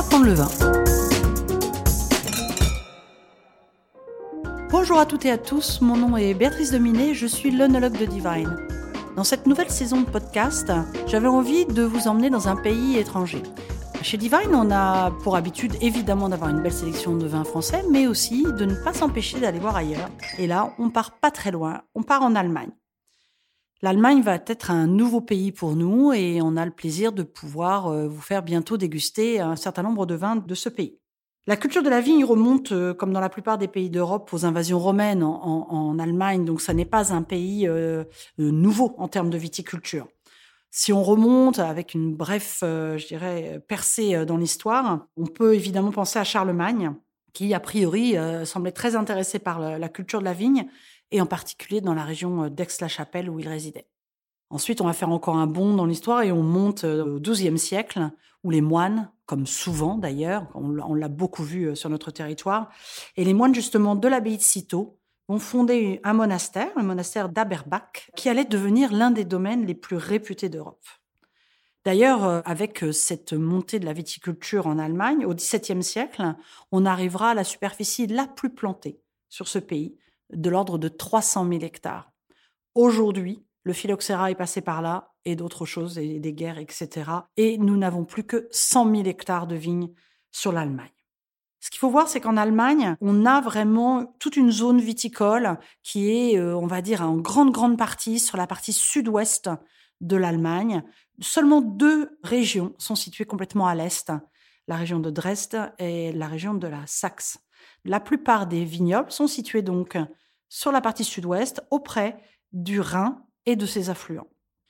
apprendre le vin. Bonjour à toutes et à tous, mon nom est Béatrice Dominé, je suis l'œnologue de Divine. Dans cette nouvelle saison de podcast, j'avais envie de vous emmener dans un pays étranger. Chez Divine, on a pour habitude évidemment d'avoir une belle sélection de vins français, mais aussi de ne pas s'empêcher d'aller voir ailleurs. Et là, on part pas très loin, on part en Allemagne. L'Allemagne va être un nouveau pays pour nous et on a le plaisir de pouvoir vous faire bientôt déguster un certain nombre de vins de ce pays. La culture de la vigne remonte, comme dans la plupart des pays d'Europe, aux invasions romaines en Allemagne, donc ça n'est pas un pays nouveau en termes de viticulture. Si on remonte avec une brève, percée dans l'histoire, on peut évidemment penser à Charlemagne, qui a priori semblait très intéressé par la culture de la vigne, et en particulier dans la région d'Aix-la-Chapelle où il résidait. Ensuite, on va faire encore un bond dans l'histoire et on monte au XIIe siècle, où les moines, comme souvent d'ailleurs, on l'a beaucoup vu sur notre territoire, et les moines justement de l'abbaye de Cîteaux vont fonder un monastère, le monastère d'Aberbach, qui allait devenir l'un des domaines les plus réputés d'Europe. D'ailleurs, avec cette montée de la viticulture en Allemagne, au XVIIe siècle, on arrivera à la superficie la plus plantée sur ce pays, de l'ordre de 300 000 hectares. Aujourd'hui, le phylloxéra est passé par là, et d'autres choses, et des guerres, etc. Et nous n'avons plus que 100 000 hectares de vignes sur l'Allemagne. Ce qu'il faut voir, c'est qu'en Allemagne, on a vraiment toute une zone viticole qui est, on va dire, en grande partie sur la partie sud-ouest de l'Allemagne. Seulement 2 régions sont situées complètement à l'est, la région de Dresde et la région de la Saxe. La plupart des vignobles sont situés donc sur la partie sud-ouest, auprès du Rhin et de ses affluents.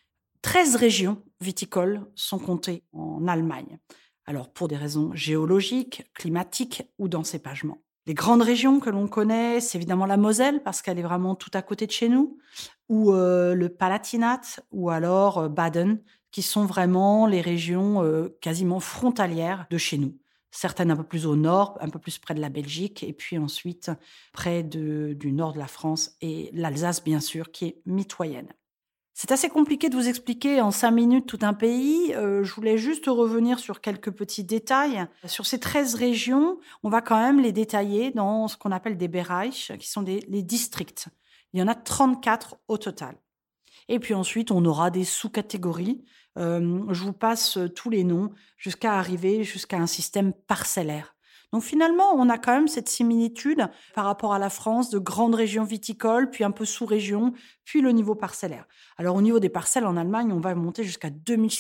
13 régions viticoles sont comptées en Allemagne. Alors, pour des raisons géologiques, climatiques ou d'encépagement. Les grandes régions que l'on connaît, c'est évidemment la Moselle, parce qu'elle est vraiment tout à côté de chez nous, ou le Palatinat, ou alors Baden, qui sont vraiment les régions quasiment frontalières de chez nous. Certaines un peu plus au nord, un peu plus près de la Belgique, et puis ensuite près du nord de la France et l'Alsace, bien sûr, qui est mitoyenne. C'est assez compliqué de vous expliquer en 5 minutes tout un pays. Je voulais juste revenir sur quelques petits détails. Sur ces 13 régions, on va quand même les détailler dans ce qu'on appelle des Bereiche, qui sont les districts. Il y en a 34 au total. Et puis ensuite, on aura des sous-catégories. Je vous passe tous les noms jusqu'à arriver jusqu'à un système parcellaire. Donc finalement, on a quand même cette similitude par rapport à la France, de grandes régions viticoles, puis un peu sous-régions, puis le niveau parcellaire. Alors au niveau des parcelles en Allemagne, on va monter jusqu'à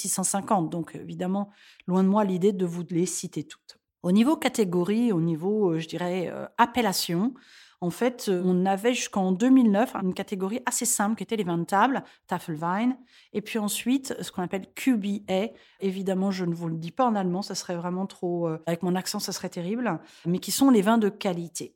2650. Donc évidemment, loin de moi l'idée de vous les citer toutes. Au niveau catégorie, au niveau, appellation, en fait, on avait jusqu'en 2009 une catégorie assez simple qui était les vins de table, Tafelwein. Et puis ensuite, ce qu'on appelle QBA. Évidemment, je ne vous le dis pas en allemand, ça serait vraiment trop... avec mon accent, ça serait terrible. Mais qui sont les vins de qualité.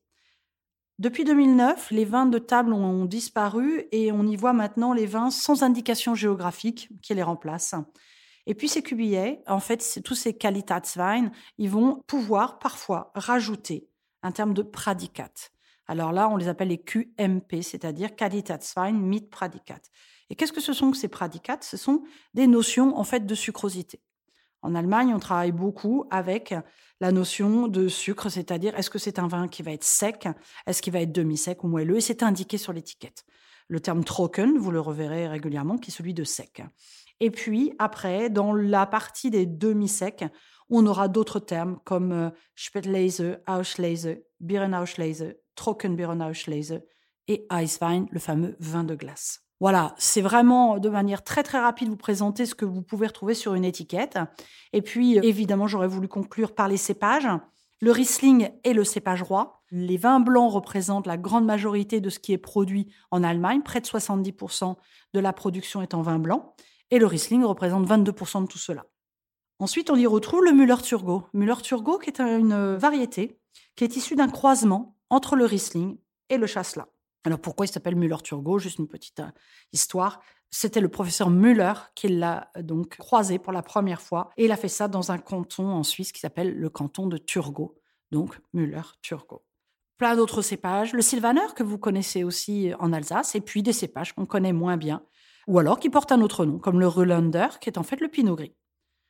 Depuis 2009, les vins de table ont disparu et on y voit maintenant les vins sans indication géographique qui les remplacent. Et puis ces QBA, en fait, tous ces Qualitätswein, ils vont pouvoir parfois rajouter un terme de Prädikat. Alors là, on les appelle les QMP, c'est-à-dire Qualitätswein mit Prädikat. Et qu'est-ce que ce sont que ces Prädikat ? Ce sont des notions en fait de sucrosité. En Allemagne, on travaille beaucoup avec la notion de sucre, c'est-à-dire est-ce que c'est un vin qui va être sec, est-ce qu'il va être demi-sec ou moelleux, et c'est indiqué sur l'étiquette. Le terme Trocken, vous le reverrez régulièrement, qui est celui de sec. Et puis après, dans la partie des demi-secs, on aura d'autres termes comme Spätlese, Auslese, Birnauslese, Trockenbirnauslese et Eiswein, le fameux vin de glace. Voilà, c'est vraiment de manière très très rapide vous présenter ce que vous pouvez retrouver sur une étiquette. Et puis évidemment, j'aurais voulu conclure par les cépages. Le Riesling est le cépage roi. Les vins blancs représentent la grande majorité de ce qui est produit en Allemagne. Près de 70% de la production est en vin blanc. Et le Riesling représente 22% de tout cela. Ensuite, on y retrouve le Müller-Thurgau. Müller-Thurgau qui est une variété qui est issue d'un croisement entre le Riesling et le Chasselas. Alors pourquoi il s'appelle Müller-Thurgau ? Juste une petite histoire. C'était le professeur Müller qui l'a donc croisé pour la première fois. Et il a fait ça dans un canton en Suisse qui s'appelle le canton de Thurgau. Donc Müller-Thurgau. Plein d'autres cépages. Le Sylvaner que vous connaissez aussi en Alsace. Et puis des cépages qu'on connaît moins bien. Ou alors qui portent un autre nom, comme le Rulander qui est en fait le Pinot Gris.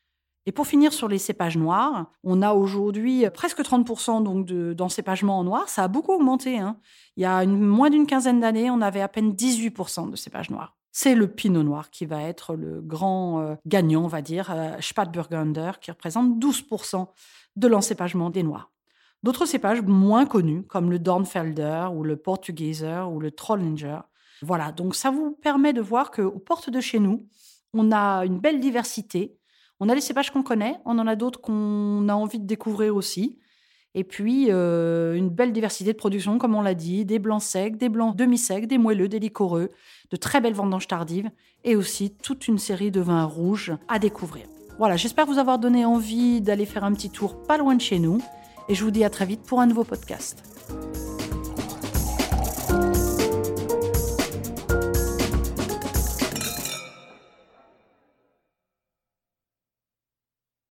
Et pour finir sur les cépages noirs, on a aujourd'hui presque 30% donc d'encépagement en noir. Ça a beaucoup augmenté, hein. Il y a moins d'une quinzaine d'années, on avait à peine 18% de cépages noirs. C'est le pinot noir qui va être le grand gagnant, on va dire, Spätburgunder, qui représente 12% de l'encépagement des noirs. D'autres cépages moins connus, comme le Dornfelder ou le Portugieser ou le Trollinger. Voilà, donc ça vous permet de voir qu'aux portes de chez nous, on a une belle diversité. On a les cépages qu'on connaît, on en a d'autres qu'on a envie de découvrir aussi. Et puis, une belle diversité de production, comme on l'a dit, des blancs secs, des blancs demi-secs, des moelleux, des liquoreux, de très belles vendanges tardives et aussi toute une série de vins rouges à découvrir. Voilà, j'espère vous avoir donné envie d'aller faire un petit tour pas loin de chez nous et je vous dis à très vite pour un nouveau podcast.